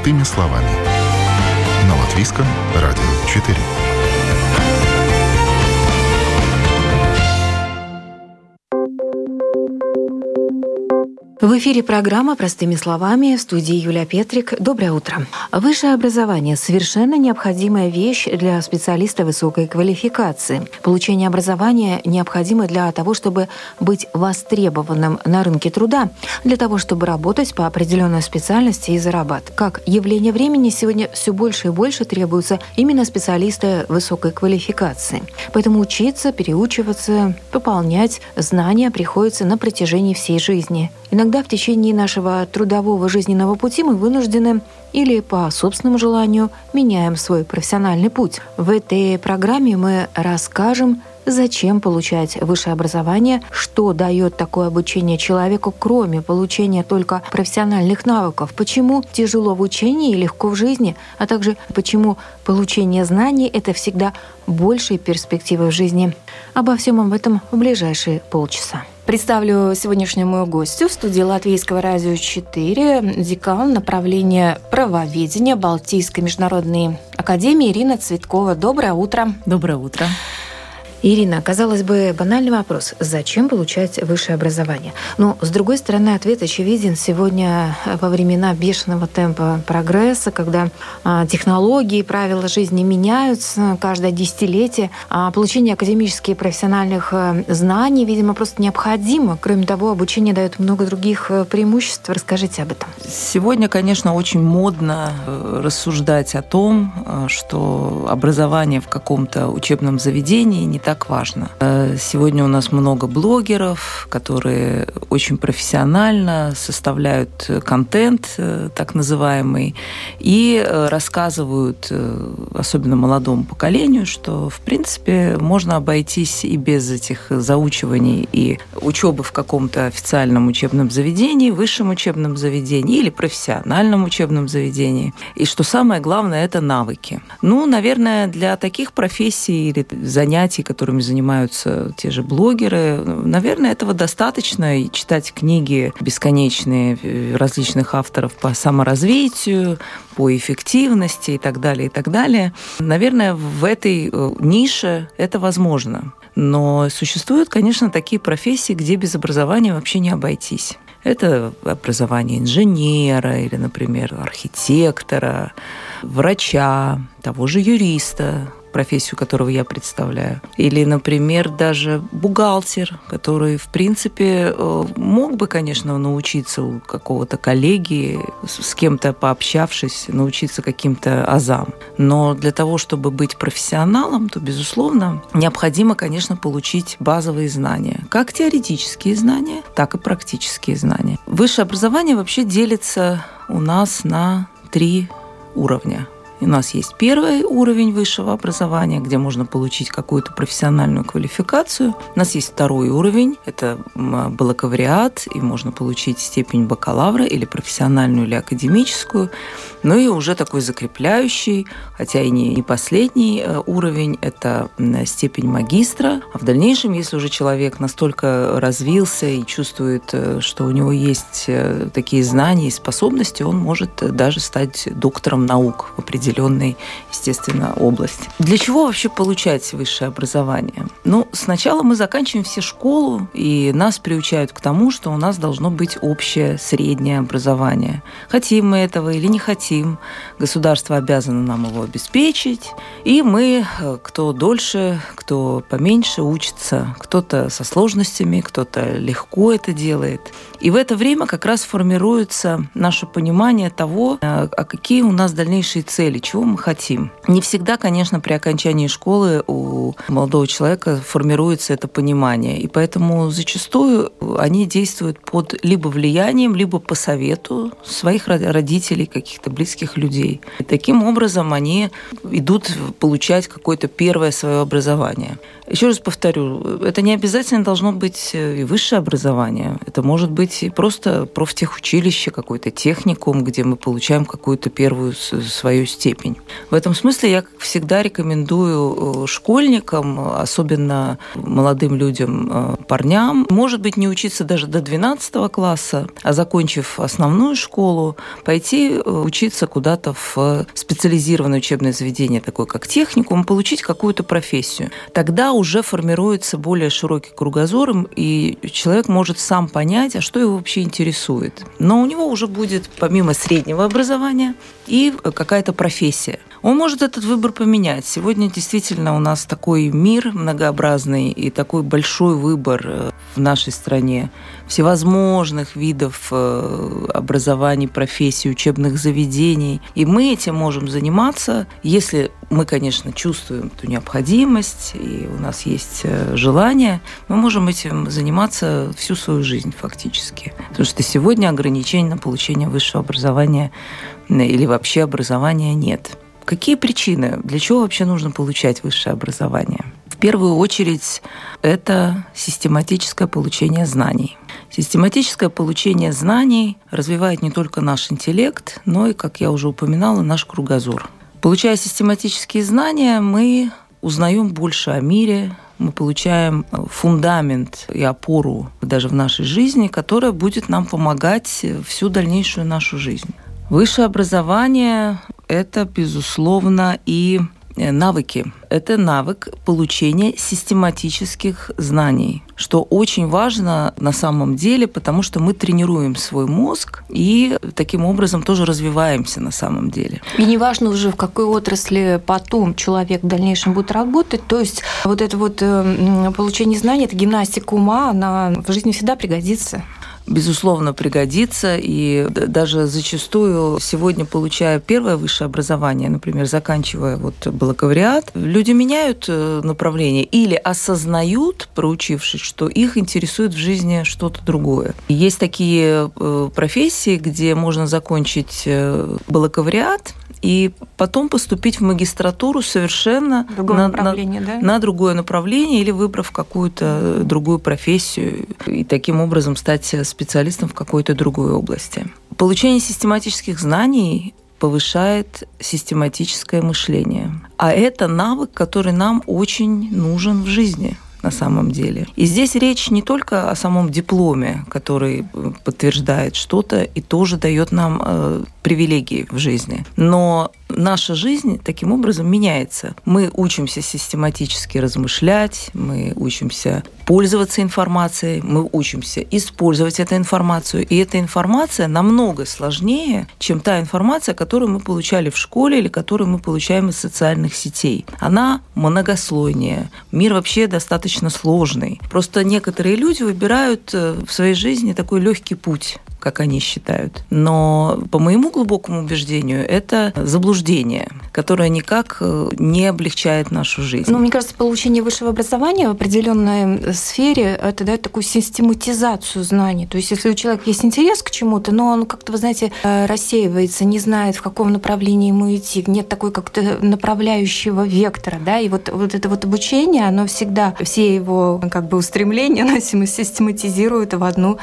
Простыми словами. На Латвийском радио 4. В эфире программа «Простыми словами», в студии Юлия Петрик. Доброе утро. Высшее образование – совершенно необходимая вещь для специалиста высокой квалификации. Получение образования необходимо для того, чтобы быть востребованным на рынке труда, для того, чтобы работать по определенной специальности и зарабатывать. Как явление времени сегодня все больше и больше требуются именно специалисты высокой квалификации. Поэтому учиться, переучиваться, пополнять знания приходится на протяжении всей жизни. Иногда в течение нашего трудового жизненного пути мы вынуждены или по собственному желанию меняем свой профессиональный путь. В этой программе мы расскажем, зачем получать высшее образование, что дает такое обучение человеку, кроме получения только профессиональных навыков, почему тяжело в учении и легко в жизни, а также почему получение знаний – это всегда большие перспективы в жизни. Обо всем об этом в ближайшие полчаса. Представлю сегодняшнюю мою гостью в студии Латвийского радио 4, декан направления правоведения Балтийской международной академии Ирина Цветкова. Доброе утро. Доброе утро. Ирина, казалось бы, банальный вопрос. Зачем получать высшее образование? Но, с другой стороны, ответ очевиден. Сегодня, во времена бешеного темпа прогресса, когда технологии, правила жизни меняются каждое десятилетие, получение академических и профессиональных знаний, видимо, просто необходимо. Кроме того, обучение дает много других преимуществ. Расскажите об этом. Сегодня, конечно, очень модно рассуждать о том, что образование в каком-то учебном заведении не так важно. Сегодня у нас много блогеров, которые очень профессионально составляют контент, так называемый, и рассказывают, особенно молодому поколению, что, в принципе, можно обойтись и без этих заучиваний и учебы в каком-то официальном учебном заведении, высшем учебном заведении или профессиональном учебном заведении. И что самое главное, это навыки. Наверное, для таких профессий или занятий, которыми занимаются те же блогеры, наверное, этого достаточно. И читать книги бесконечные различных авторов по саморазвитию, по эффективности и так далее, и так далее. Наверное, в этой нише это возможно. Но существуют, конечно, такие профессии, где без образования вообще не обойтись. Это образование инженера или, например, архитектора, врача, того же юриста, профессию которого я представляю. Или, например, даже бухгалтер, который, в принципе, мог бы, конечно, научиться у какого-то коллеги, с кем-то пообщавшись, научиться каким-то азам. Но для того, чтобы быть профессионалом, то, безусловно, необходимо, конечно, получить базовые знания. Как теоретические знания, так и практические знания. Высшее образование вообще делится у нас на 3 уровня. У нас есть первый уровень высшего образования, где можно получить какую-то профессиональную квалификацию. У нас есть второй уровень, это бакалавриат, и можно получить степень бакалавра или профессиональную, или академическую. Ну и уже такой закрепляющий, хотя и не последний уровень, это степень магистра. А в дальнейшем, если уже человек настолько развился и чувствует, что у него есть такие знания и способности, он может даже стать доктором наук в определенной, естественно, области. Для чего вообще получать высшее образование? Сначала мы заканчиваем все школу, и нас приучают к тому, что у нас должно быть общее среднее образование. Хотим мы этого или не хотим, государство обязано нам его обеспечить, и мы, кто дольше, кто поменьше, учится. Кто-то со сложностями, кто-то легко это делает. И в это время как раз формируется наше понимание того, какие у нас дальнейшие цели, чего мы хотим. Не всегда, конечно, при окончании школы у молодого человека формируется это понимание. И поэтому зачастую они действуют под либо влиянием, либо по совету своих родителей, каких-то близких людей. И таким образом они идут получать какое-то первое свое образование. Еще раз повторю, это не обязательно должно быть и высшее образование. Это может быть и просто профтехучилище, какой-то техникум, где мы получаем какую-то первую свою степень. степень. В этом смысле я, как всегда, рекомендую школьникам, особенно молодым людям, парням, может быть, не учиться даже до 12 класса, а закончив основную школу, пойти учиться куда-то в специализированное учебное заведение, такое как техникум, получить какую-то профессию. Тогда уже формируется более широкий кругозор, и человек может сам понять, а что его вообще интересует. Но у него уже будет, помимо среднего образования, и какая-то профессия. Он может этот выбор поменять. Сегодня действительно у нас такой мир многообразный и такой большой выбор в нашей стране всевозможных видов образований, профессий, учебных заведений. И мы этим можем заниматься, если мы, конечно, чувствуем эту необходимость, и у нас есть желание, мы можем этим заниматься всю свою жизнь фактически. Потому что сегодня ограничений на получение высшего образования или вообще образования нет. Какие причины? Для чего вообще нужно получать высшее образование? В первую очередь, это систематическое получение знаний. Систематическое получение знаний развивает не только наш интеллект, но и, как я уже упоминала, наш кругозор. Получая систематические знания, мы узнаем больше о мире, мы получаем фундамент и опору даже в нашей жизни, которая будет нам помогать всю дальнейшую нашу жизнь. Высшее образование – это, безусловно, и навыки. Это навык получения систематических знаний, что очень важно на самом деле, потому что мы тренируем свой мозг и таким образом тоже развиваемся на самом деле. И неважно уже, в какой отрасли потом человек в дальнейшем будет работать, то есть вот это вот получение знаний, это гимнастика ума, она в жизни всегда пригодится. Безусловно, пригодится, и даже зачастую сегодня, получая первое высшее образование, например, заканчивая бакалавриат, люди меняют направление или осознают, проучившись, что их интересует в жизни что-то другое. Есть такие профессии, где можно закончить бакалавриат и потом поступить в магистратуру совершенно на другое направление или выбрав какую-то другую профессию и таким образом стать специалистом в какой-то другой области. Получение систематических знаний повышает систематическое мышление. А это навык, который нам очень нужен в жизни на самом деле. И здесь речь не только о самом дипломе, который подтверждает что-то и тоже дает нам привилегии в жизни, но наша жизнь таким образом меняется. Мы учимся систематически размышлять, мы учимся пользоваться информацией, мы учимся использовать эту информацию. И эта информация намного сложнее, чем та информация, которую мы получали в школе или которую мы получаем из социальных сетей. Она многослойнее. Мир вообще достаточно сложный. Просто некоторые люди выбирают в своей жизни такой легкий путь, как они считают. Но по моему глубокому убеждению, это заблуждение, которое никак не облегчает нашу жизнь. Мне кажется, получение высшего образования в определенной сфере это дает такую систематизацию знаний. То есть, если у человека есть интерес к чему-то, но он как-то, вы знаете, рассеивается, не знает, в каком направлении ему идти, нет такой как-то направляющего вектора, да, и вот это обучение, оно всегда, все его устремления, оно систематизирует в одну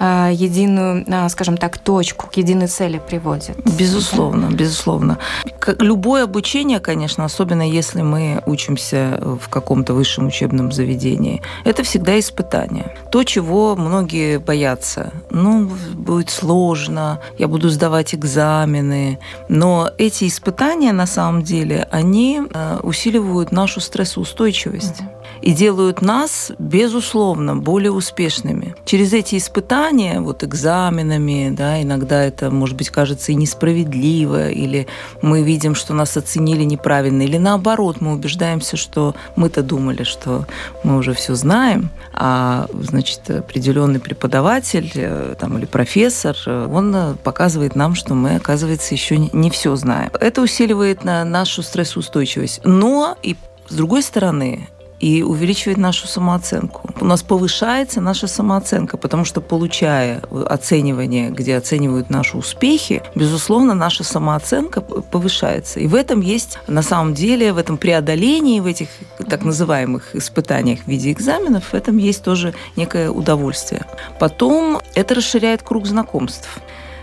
единую, скажем так, точку, к единой цели приводит. Безусловно, безусловно. Любое обучение, конечно, особенно если мы учимся в каком-то высшем учебном заведении, это всегда испытание. То, чего многие боятся. Будет сложно, я буду сдавать экзамены. Но эти испытания, на самом деле, они усиливают нашу стрессоустойчивость и делают нас, безусловно, более успешными. Через эти испытания, экзаменами, да, иногда это, может быть, кажется и несправедливо, или мы видим, что нас оценили неправильно, или наоборот, мы убеждаемся, что мы-то думали, что мы уже все знаем, а, определенный преподаватель или профессор, он показывает нам, что мы, оказывается, еще не все знаем. Это усиливает нашу стрессоустойчивость. Но и с другой стороны, и увеличивает нашу самооценку. У нас повышается наша самооценка, потому что, получая оценивание, где оценивают наши успехи, безусловно, наша самооценка повышается. И в этом есть, на самом деле, в этом преодолении, в этих так называемых испытаниях в виде экзаменов, в этом есть тоже некое удовольствие. Потом это расширяет круг знакомств.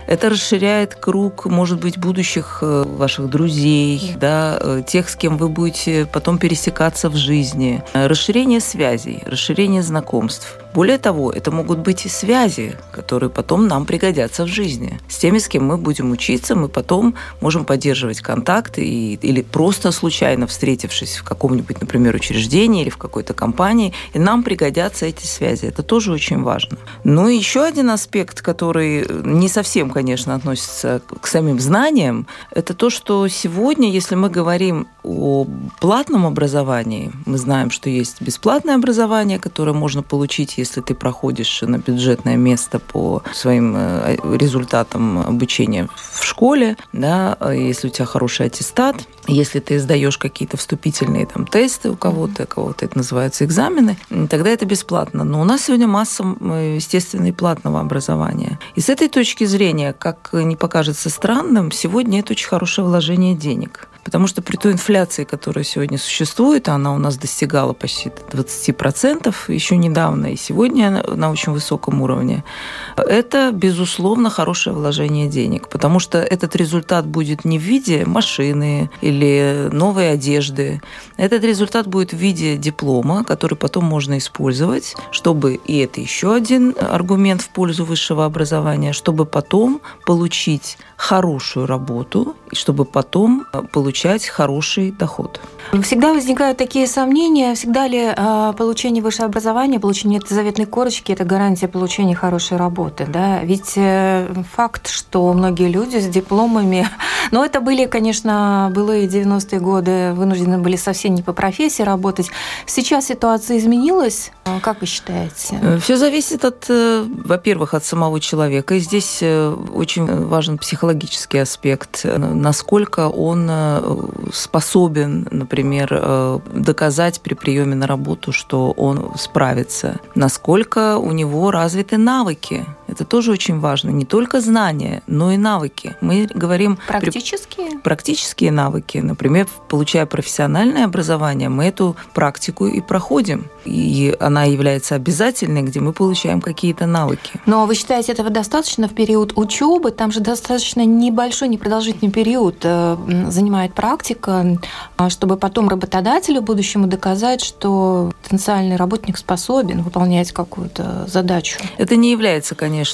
Это расширяет круг, может быть, будущих ваших друзей, да, тех, с кем вы будете потом пересекаться в жизни. Расширение связей, расширение знакомств. Более того, это могут быть и связи, которые потом нам пригодятся в жизни. С теми, с кем мы будем учиться, мы потом можем поддерживать контакты или просто случайно встретившись в каком-нибудь, например, учреждении или в какой-то компании, и нам пригодятся эти связи. Это тоже очень важно. Ну и еще один аспект, который не совсем, конечно, относится к самим знаниям, это то, что сегодня, если мы говорим о платном образовании, мы знаем, что есть бесплатное образование, которое можно получить, если ты проходишь на бюджетное место по своим результатам обучения в школе, да, если у тебя хороший аттестат, если ты сдаешь какие-то вступительные там тесты у кого-то это называется экзамены, тогда это бесплатно. Но у нас сегодня масса, естественно, и платного образования. И с этой точки зрения, как не покажется странным, сегодня это очень хорошее вложение денег. Потому что при той инфляции, которая сегодня существует, она у нас достигала почти 20% еще недавно, и сегодня на очень высоком уровне, это, безусловно, хорошее вложение денег. Потому что этот результат будет не в виде машины или новой одежды. Этот результат будет в виде диплома, который потом можно использовать, чтобы, и это еще один аргумент в пользу высшего образования, чтобы потом получить хорошую работу, и чтобы потом получать хороший доход. Всегда возникают такие сомнения, всегда ли получение высшего образования, получение этой заветной корочки – это гарантия получения хорошей работы, да? Ведь факт, что многие люди с дипломами, но это были, конечно, былые 90-е годы, вынуждены были совсем не по профессии работать. Сейчас ситуация изменилась, как вы считаете? Все зависит во-первых, от самого человека, и здесь очень важен психологический аспект, насколько он способен, например, доказать при приеме на работу, что он справится, насколько у него развиты навыки. Это тоже очень важно. Не только знания, но и навыки. Мы говорим... Практические? Практические навыки. Например, получая профессиональное образование, мы эту практику и проходим. И она является обязательной, где мы получаем какие-то навыки. Но вы считаете, этого достаточно в период учебы? Там же достаточно небольшой, непродолжительный период занимает практика, чтобы потом работодателю будущему доказать, что потенциальный работник способен выполнять какую-то задачу. Это не является, конечно,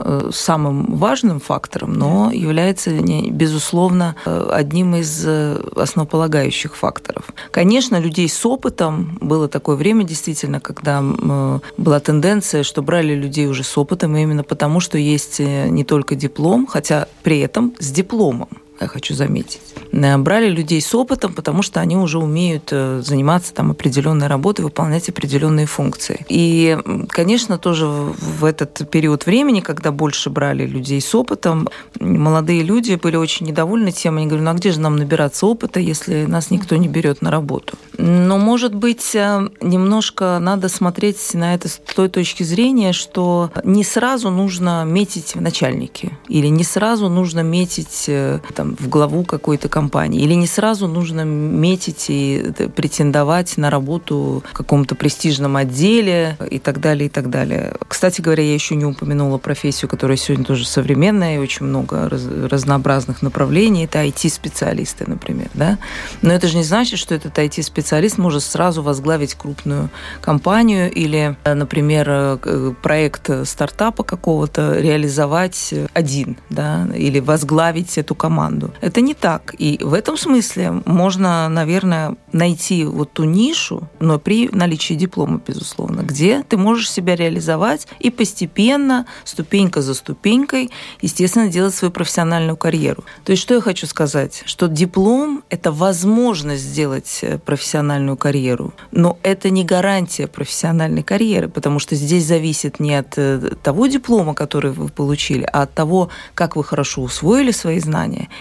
самым важным фактором, но является, безусловно, одним из основополагающих факторов. Конечно, людей с опытом, было такое время, действительно, когда была тенденция, что брали людей уже с опытом, именно потому, что есть не только диплом, хотя при этом с дипломом. Я хочу заметить. Брали людей с опытом, потому что они уже умеют заниматься там определенной работой, выполнять определенные функции. И, конечно, тоже в этот период времени, когда больше брали людей с опытом, молодые люди были очень недовольны тем, они говорили, ну а где же нам набираться опыта, если нас никто не берет на работу? Но, может быть, немножко надо смотреть на это с той точки зрения, что не сразу нужно метить в начальники, или не сразу нужно метить в главу какой-то компании. Или не сразу нужно метить и претендовать на работу в каком-то престижном отделе и так далее, и так далее. Кстати говоря, я еще не упомянула профессию, которая сегодня тоже современная, и очень много разнообразных направлений. Это IT-специалисты, например. Да? Но это же не значит, что этот IT-специалист может сразу возглавить крупную компанию или, например, проект стартапа какого-то реализовать один, да? Или возглавить эту команду. Это не так. И в этом смысле можно, наверное, найти вот ту нишу, но при наличии диплома, безусловно, где ты можешь себя реализовать и постепенно, ступенька за ступенькой, естественно, делать свою профессиональную карьеру. То есть, что я хочу сказать? Что диплом – это возможность сделать профессиональную карьеру, но это не гарантия профессиональной карьеры, потому что здесь зависит не от того диплома, который вы получили, а от того, как вы хорошо усвоили свои знания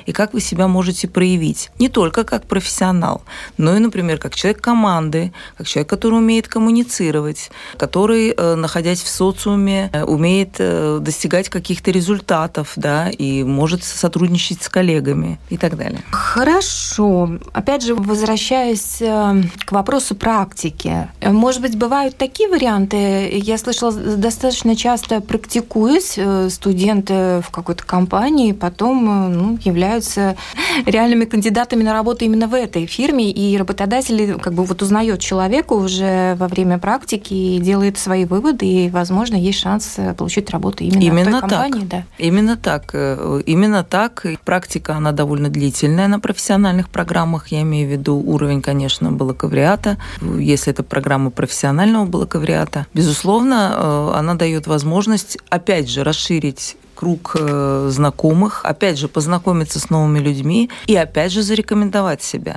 и как вы себя можете проявить. Не только как профессионал, но и, например, как человек команды, как человек, который умеет коммуницировать, который, находясь в социуме, умеет достигать каких-то результатов, да, и может сотрудничать с коллегами и так далее. Хорошо. Опять же, возвращаясь к вопросу практики. Может быть, бывают такие варианты? Я слышала, достаточно часто практикуясь, студенты в какой-то компании потом являются реальными кандидатами на работу именно в этой фирме, и работодатель узнает человека уже во время практики и делает свои выводы, и, возможно, есть шанс получить работу именно в той компании. Да? Именно так. Именно так. Практика, она довольно длительная на профессиональных программах. Я имею в виду уровень, конечно, бакалавриата. Если это программа профессионального бакалавриата, безусловно, она дает возможность, опять же, расширить круг знакомых, опять же, познакомиться с новыми людьми и, опять же, зарекомендовать себя.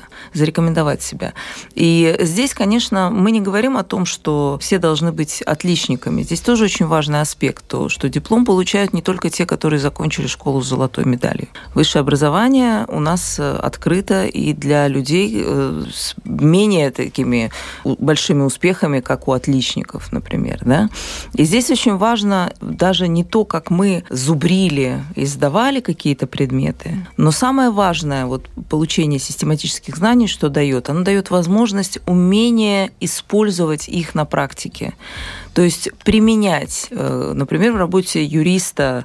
И здесь, конечно, мы не говорим о том, что все должны быть отличниками. Здесь тоже очень важный аспект, то, что диплом получают не только те, которые закончили школу с золотой медалью. Высшее образование у нас открыто и для людей с менее такими большими успехами, как у отличников, например. Да? И здесь очень важно даже не то, как мы зубрили и сдавали какие-то предметы. Но самое важное, получение систематических знаний, что дает, оно дает возможность, умение использовать их на практике. То есть применять, например, в работе юриста,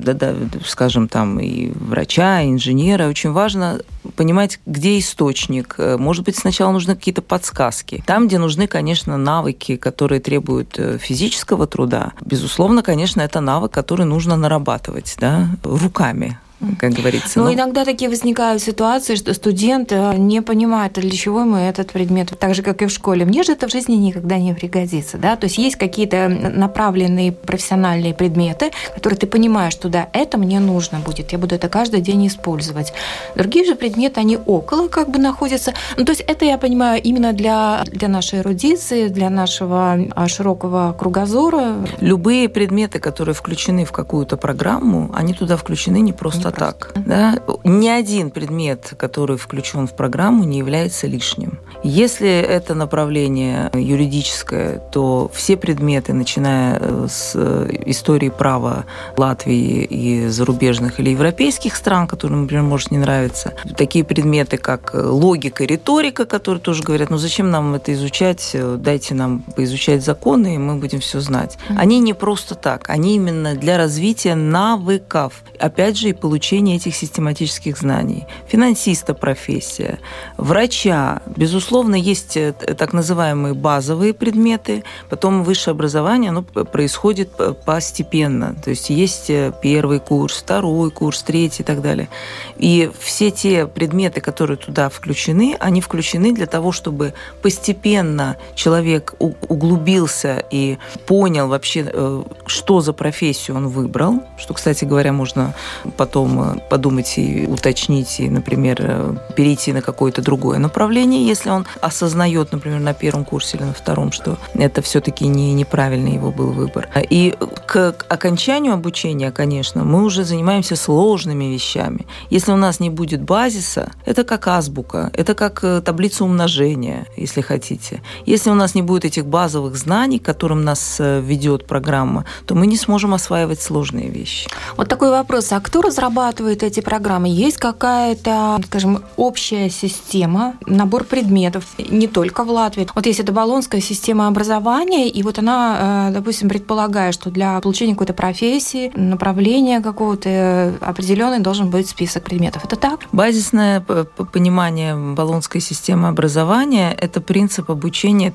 скажем, там и врача, и инженера, очень важно понимать, где источник. Может быть, сначала нужны какие-то подсказки. Там, где нужны, конечно, навыки, которые требуют физического труда, безусловно, конечно, это навык, который нужно нарабатывать, да, руками, как говорится. Но иногда такие возникают ситуации, что студент не понимает, для чего ему этот предмет, так же, как и в школе. Мне же это в жизни никогда не пригодится. Да? То есть есть какие-то направленные профессиональные предметы, которые ты понимаешь, что да, это мне нужно будет, я буду это каждый день использовать. Другие же предметы, они около находятся. То есть это, я понимаю, именно для нашей эрудиции, для нашего широкого кругозора. Любые предметы, которые включены в какую-то программу, они туда включены не просто так. Да? Ни один предмет, который включен в программу, не является лишним. Если это направление юридическое, то все предметы, начиная с истории права Латвии и зарубежных или европейских стран, которые, например, может не нравиться, такие предметы, как логика, риторика, которые тоже говорят, зачем нам это изучать, дайте нам поизучать законы, и мы будем все знать. Они не просто так, они именно для развития навыков. Опять же, и получения этих систематических знаний. Финансиста профессия, врача. Безусловно, есть так называемые базовые предметы, потом высшее образование, оно происходит постепенно. То есть есть первый курс, второй курс, третий и так далее. И все те предметы, которые туда включены, они включены для того, чтобы постепенно человек углубился и понял вообще, что за профессию он выбрал, что, кстати говоря, можно потом подумать и уточнить, и, например, перейти на какое-то другое направление, если он осознает, например, на первом курсе или на втором, что это все-таки неправильный его был выбор. И к окончанию обучения, конечно, мы уже занимаемся сложными вещами. Если у нас не будет базиса, это как азбука, это как таблица умножения, если хотите. Если у нас не будет этих базовых знаний, к которым нас ведет программа, то мы не сможем осваивать сложные вещи. Вот такой вопрос. А кто разрабатывает эти программы? Есть какая-то, скажем, общая система, набор предметов, не только в Латвии. Вот есть эта болонская система образования, и вот она, допустим, предполагает, что для получения какой-то профессии, направления какого-то определенный должен быть список предметов. Это так? Базисное понимание болонской системы образования – это принцип обучения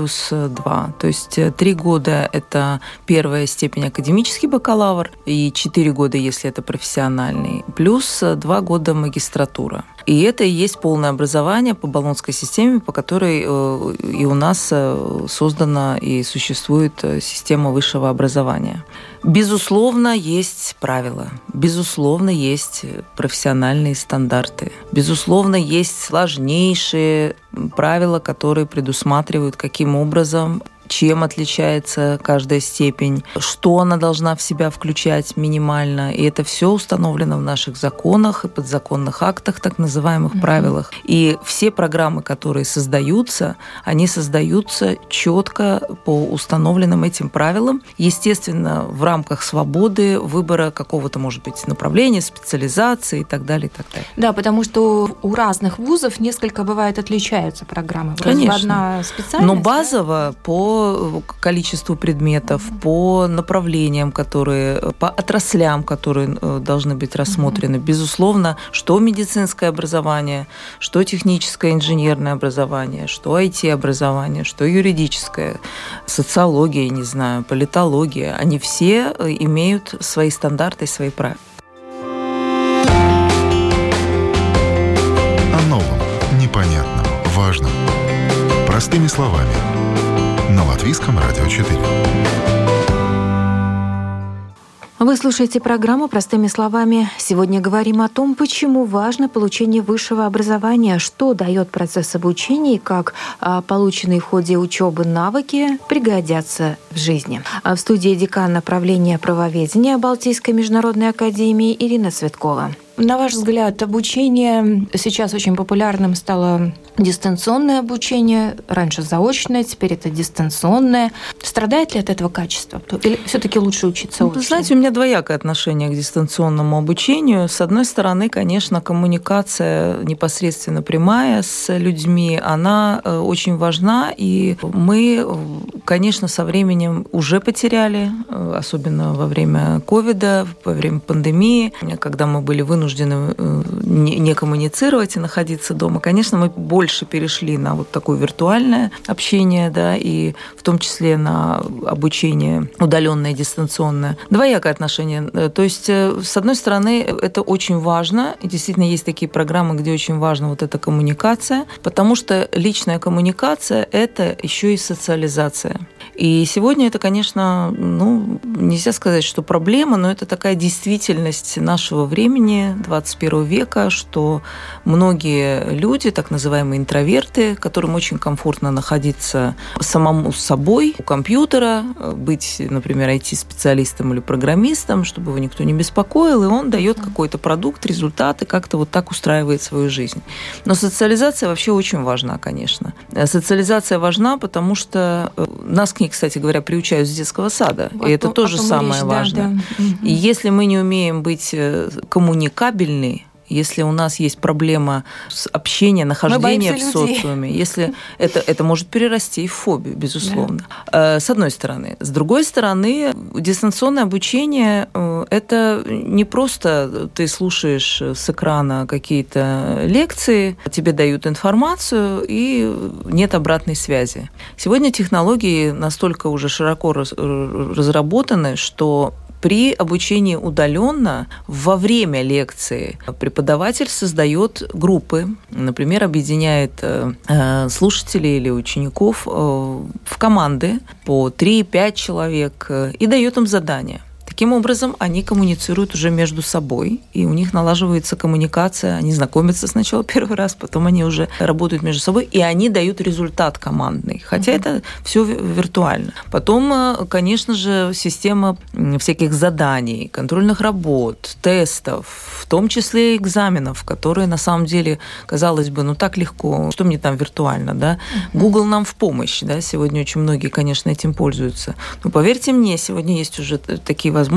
3+2. То есть 3 года – это первая степень академический бакалавр, и 4 года, если это профессиональный, плюс 2 года магистратура. И это и есть полное образование по болонской системе, по которой и у нас создана и существует система высшего образования. Безусловно, есть правила, безусловно, есть профессиональные стандарты, безусловно, есть сложнейшие правила, которые предусматривают, каким образом чем отличается каждая степень, что она должна в себя включать минимально. И это все установлено в наших законах и подзаконных актах, так называемых правилах. И все программы, которые создаются, они создаются четко по установленным этим правилам. Естественно, в рамках свободы выбора какого-то, может быть, направления, специализации и так далее, и так далее. Да, потому что у разных вузов несколько, бывает, отличаются программы. Конечно. Одна специальность. Но базово по количеству предметов, по направлениям, по отраслям, которые должны быть рассмотрены. Безусловно, что медицинское образование, что техническое инженерное образование, что IT-образование, что юридическое, социология, не знаю, политология, они все имеют свои стандарты и свои правила. О новом, непонятном, важном. Простыми словами. На Латвийском радио 4. Вы слушаете программу «Простыми словами». Сегодня говорим о том, почему важно получение высшего образования, что дает процесс обучения и как полученные в ходе учебы навыки пригодятся в жизни. В студии декан направления правоведения Балтийской международной академии Ирина Цветкова. На ваш взгляд, обучение сейчас очень популярным стало дистанционное обучение, раньше заочное, теперь это дистанционное. Страдает ли от этого качество? Или все-таки лучше учиться очно? Знаете, у меня двоякое отношение к дистанционному обучению. С одной стороны, конечно, коммуникация непосредственно прямая с людьми, она очень важна, и мы, конечно, со временем уже потеряли, особенно во время ковида, во время пандемии, когда мы были вынуждены не коммуницировать и находиться дома. Конечно, мы больше перешли на вот такое виртуальное общение, да, и в том числе на обучение удаленное, дистанционное. Двоякое отношение. То есть, с одной стороны, это очень важно, и действительно есть такие программы, где очень важна вот эта коммуникация, потому что личная коммуникация – это еще и социализация. И сегодня это, конечно, нельзя сказать, что проблема, но это такая действительность нашего времени, 21 века, что многие люди, так называемые интроверты, которым очень комфортно находиться самому с собой у компьютера, быть, например, IT-специалистом или программистом, чтобы его никто не беспокоил, и он дает какой-то продукт, результат, и как-то вот так устраивает свою жизнь. Но социализация вообще очень важна, конечно. Социализация важна, потому что нас к ней, кстати говоря, приучают с детского сада, и это тоже самое важное. Да. И если мы не умеем быть коммуникабельны, если у нас есть проблема с общением, нахождения в социуме, если это может перерасти в фобию, безусловно. Да. С одной стороны. С другой стороны, дистанционное обучение – это не просто ты слушаешь с экрана какие-то лекции, тебе дают информацию, и нет обратной связи. Сегодня технологии настолько уже широко разработаны, что при обучении удаленно во время лекции преподаватель создает группы, например, объединяет слушателей или учеников в команды по 3-5 человек и дает им задания. Таким образом, они коммуницируют уже между собой, и у них налаживается коммуникация, они знакомятся сначала первый раз, потом они уже работают между собой, и они дают результат командный, хотя это все виртуально. Потом, конечно же, система всяких заданий, контрольных работ, тестов, в том числе и экзаменов, которые на самом деле, казалось бы, так легко, что мне там виртуально, да? Google нам в помощь, да? Сегодня очень многие, конечно, этим пользуются. Но поверьте мне, сегодня есть уже такие возможности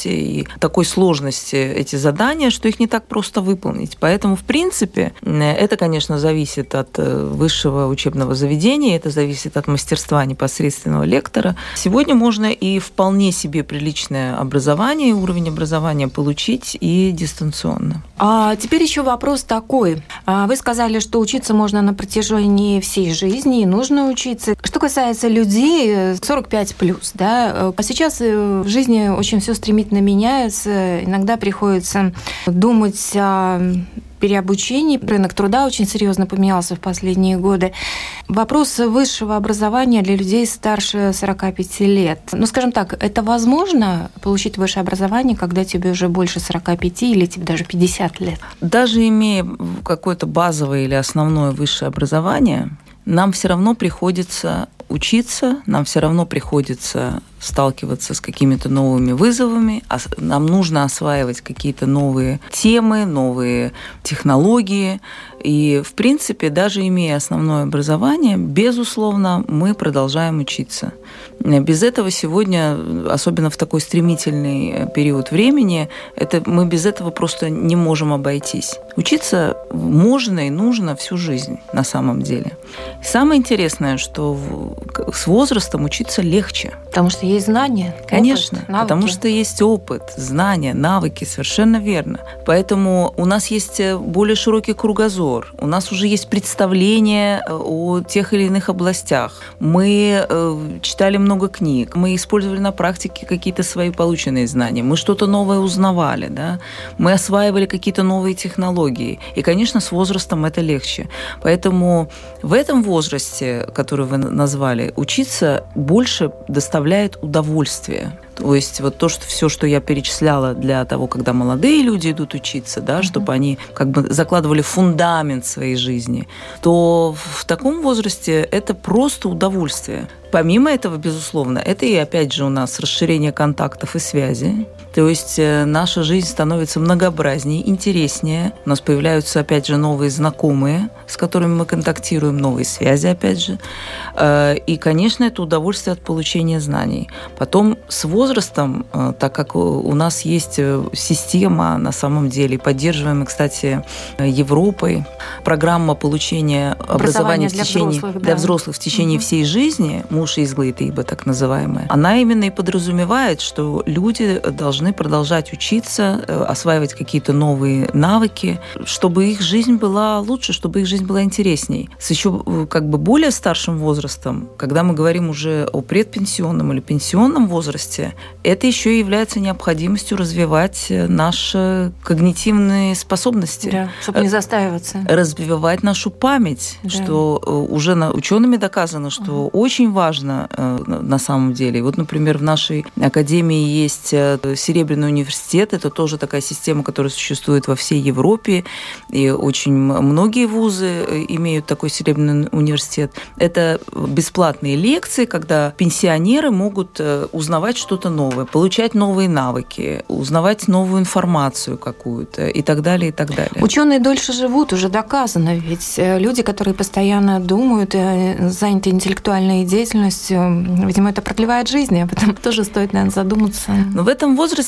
и такой сложности эти задания, что их не так просто выполнить. Поэтому, в принципе, это, конечно, зависит от высшего учебного заведения, это зависит от мастерства непосредственного лектора. Сегодня можно и вполне себе приличное образование, уровень образования получить и дистанционно. А теперь еще вопрос такой. Вы сказали, что учиться можно на протяжении всей жизни, и нужно учиться. Что касается людей 45+, да, а сейчас в жизни очень все стремительно меняется. Иногда приходится думать о переобучении. Рынок труда очень серьезно поменялся в последние годы. Вопрос высшего образования для людей старше 45 лет. Скажем так, это возможно получить высшее образование, когда тебе уже больше 45 или тебе даже 50 лет? Даже имея какое-то базовое или основное высшее образование, нам все равно приходится учиться, нам все равно приходится сталкиваться с какими-то новыми вызовами, нам нужно осваивать какие-то новые темы, новые технологии. И, в принципе, даже имея основное образование, безусловно, мы продолжаем учиться. Без этого сегодня, особенно в такой стремительный период времени, мы без этого просто не можем обойтись. Учиться можно и нужно всю жизнь на самом деле. И самое интересное, что с возрастом учиться легче. Потому что есть знания, конечно, опыт, навыки. Потому что есть опыт, знания, навыки, совершенно верно. Поэтому у нас есть более широкий кругозор, у нас уже есть представление о тех или иных областях. Мы читали много книг, мы использовали на практике какие-то свои полученные знания, мы что-то новое узнавали, да? Мы осваивали какие-то новые технологии. И, конечно, с возрастом это легче. Поэтому в этом возрасте, который вы назвали, учиться больше доставляет удовольствие. То есть вот то, что все, что я перечисляла для того, когда молодые люди идут учиться, да, чтобы они как бы закладывали фундамент своей жизни, то в таком возрасте это просто удовольствие. Помимо этого, безусловно, это и опять же у нас расширение контактов и связи. То есть наша жизнь становится многообразнее, интереснее. У нас появляются, опять же, новые знакомые, с которыми мы контактируем, новые связи, опять же. И, конечно, это удовольствие от получения знаний. Потом с возрастом, так как у нас есть система, на самом деле, поддерживаемая, кстати, Европой, программа получения образования для взрослых в течение всей жизни, муж из Глейтиба, так называемая, она именно и подразумевает, что люди должны продолжать учиться, осваивать какие-то новые навыки, чтобы их жизнь была лучше, чтобы их жизнь была интересней. С еще как бы более старшим возрастом, когда мы говорим уже о предпенсионном или пенсионном возрасте, это еще и является необходимостью развивать наши когнитивные способности. Да, чтобы не застаиваться. Развивать нашу память, да. Что уже учеными доказано, что очень важно на самом деле. Вот, например, в нашей академии есть Серебряный университет. Это тоже такая система, которая существует во всей Европе. И очень многие вузы имеют такой Серебряный университет. Это бесплатные лекции, когда пенсионеры могут узнавать что-то новое, получать новые навыки, узнавать новую информацию какую-то и так далее, и так далее. Ученые дольше живут, уже доказано. Ведь люди, которые постоянно думают, заняты интеллектуальной деятельностью, видимо, это продлевает жизнь, а потом тоже стоит, наверное, задуматься. Но в этом возрасте,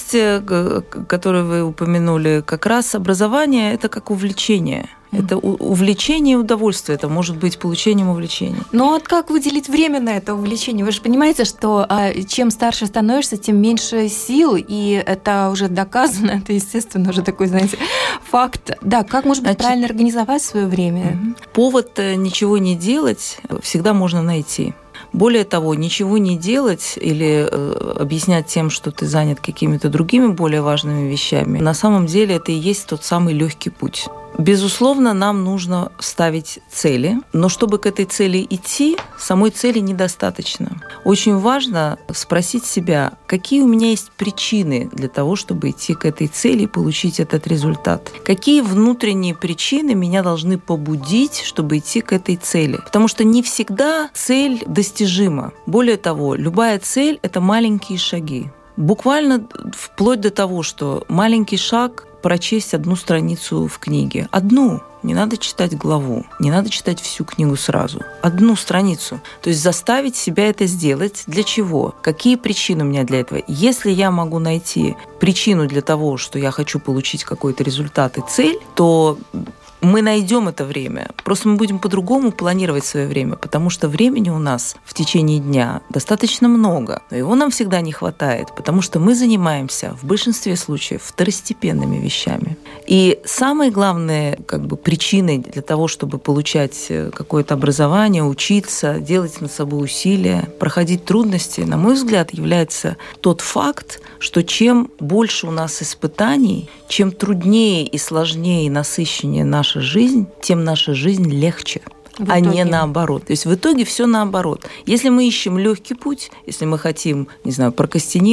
который вы упомянули, как раз образование – это как увлечение. Это увлечение и удовольствие, это может быть получением увлечения. Но вот как выделить время на это увлечение? Вы же понимаете, что чем старше становишься, тем меньше сил, и это уже доказано, это, естественно, уже такой, знаете, факт. Да, как, может быть, правильно организовать свое время? Повод ничего не делать всегда можно найти. Более того, ничего не делать или объяснять тем, что ты занят какими-то другими более важными вещами, на самом деле это и есть тот самый легкий путь. Безусловно, нам нужно ставить цели, но чтобы к этой цели идти, самой цели недостаточно. Очень важно спросить себя, какие у меня есть причины для того, чтобы идти к этой цели и получить этот результат. Какие внутренние причины меня должны побудить, чтобы идти к этой цели. Потому что не всегда цель достижима. Более того, любая цель – это маленькие шаги. Буквально вплоть до того, что маленький шаг – прочесть одну страницу в книге. Одну. Не надо читать главу, не надо читать всю книгу сразу. Одну страницу. То есть заставить себя это сделать. Для чего? Какие причины у меня для этого? Если я могу найти причину для того, что я хочу получить какой-то результат и цель, то мы найдем это время. Просто мы будем по-другому планировать свое время, потому что времени у нас в течение дня достаточно много, но его нам всегда не хватает, потому что мы занимаемся в большинстве случаев второстепенными вещами. И самой главной причиной для того, чтобы получать какое-то образование, учиться, делать над собой усилия, проходить трудности, на мой взгляд, является тот факт, что чем больше у нас испытаний, чем труднее и сложнее и насыщеннее наша жизнь, тем наша жизнь легче, а не наоборот. То есть в итоге все наоборот. Если мы ищем легкий путь, если мы хотим,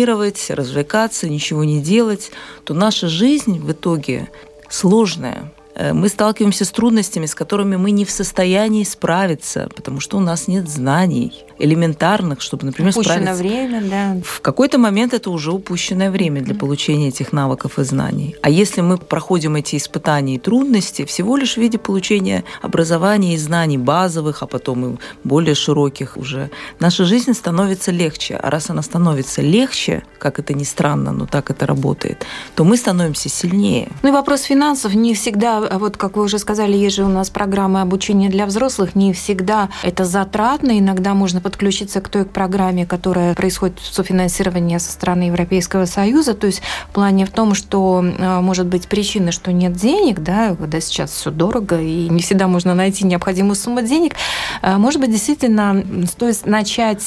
прокрастинировать, развлекаться, ничего не делать, то наша жизнь в итоге сложная. Мы сталкиваемся с трудностями, с которыми мы не в состоянии справиться, потому что у нас нет знаний элементарных, чтобы, например, упущенное справиться. время, да. В какой-то момент это уже упущенное время для получения этих навыков и знаний. А если мы проходим эти испытания и трудности всего лишь в виде получения образования и знаний базовых, а потом и более широких уже, наша жизнь становится легче. А раз она становится легче, как это ни странно, но так это работает, то мы становимся сильнее. Ну и вопрос финансов не всегда, вот как вы уже сказали, есть же у нас программы обучения для взрослых, не всегда это затратно, иногда можно подключиться к той программе, которая происходит в софинансировании со стороны Европейского Союза, то есть в плане в том, что может быть причина, что нет денег, да, когда сейчас все дорого и не всегда можно найти необходимую сумму денег, может быть, действительно стоит начать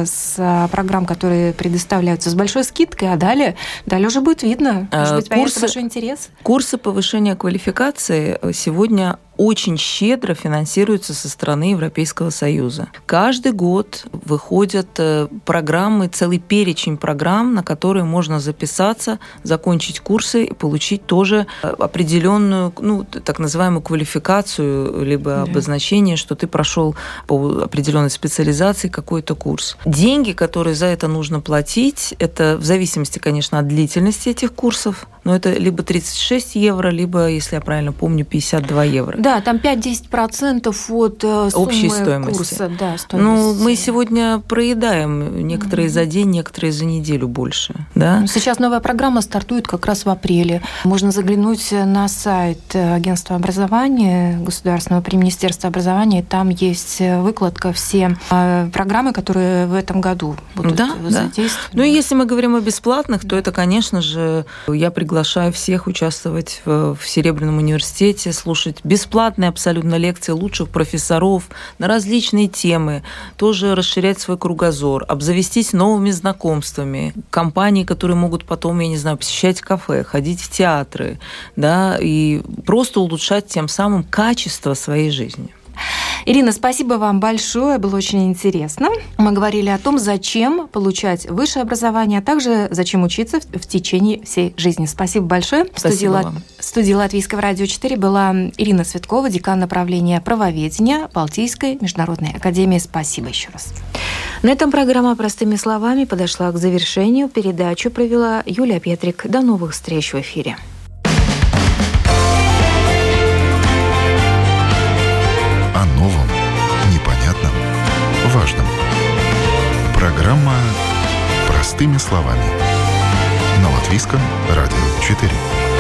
с программ, которые предоставляются с большой скидкой, а далее уже будет видно, может быть, появится большой интерес. Курсы повышения квалификации сегодня очень щедро финансируются со стороны Европейского Союза. Каждый год выходят программы, целый перечень программ, на которые можно записаться, закончить курсы и получить тоже определенную, так называемую квалификацию, либо обозначение, что ты прошел по определенной специализации какой-то курс. Деньги, которые за это нужно платить, это в зависимости, конечно, от длительности этих курсов, но это либо 36 евро, либо, если я правильно помню, 52 евро. Да, там 5-10% от общей суммы стоимости. Курса. Да, стоимость. Мы сегодня проедаем некоторые за день, некоторые за неделю больше. Да? Сейчас новая программа стартует как раз в апреле. Можно заглянуть на сайт Агентства образования, Государственного при Министерстве образования. Там есть выкладка все программы, которые в этом году будут задействованы. Ну и если мы говорим о бесплатных, то это, конечно же, я приглашаю всех участвовать в Серебряном университете, слушать бесплатные абсолютно лекции лучших профессоров на различные темы, тоже расширять свой кругозор, обзавестись новыми знакомствами, компании, которые могут потом, посещать кафе, ходить в театры, да, и просто улучшать тем самым качество своей жизни. Ирина, спасибо вам большое, было очень интересно. Мы говорили о том, зачем получать высшее образование, а также зачем учиться в течение всей жизни. Спасибо большое. Спасибо В студии Латвийского радио 4 была Ирина Цветкова, декан направления правоведения Балтийской международной академии. Спасибо еще раз. На этом программа «Простыми словами» подошла к завершению. Передачу провела Юлия Петрик. До новых встреч в эфире. О новом, непонятном, важном. Программа «Простыми словами» на Латвийском радио 4.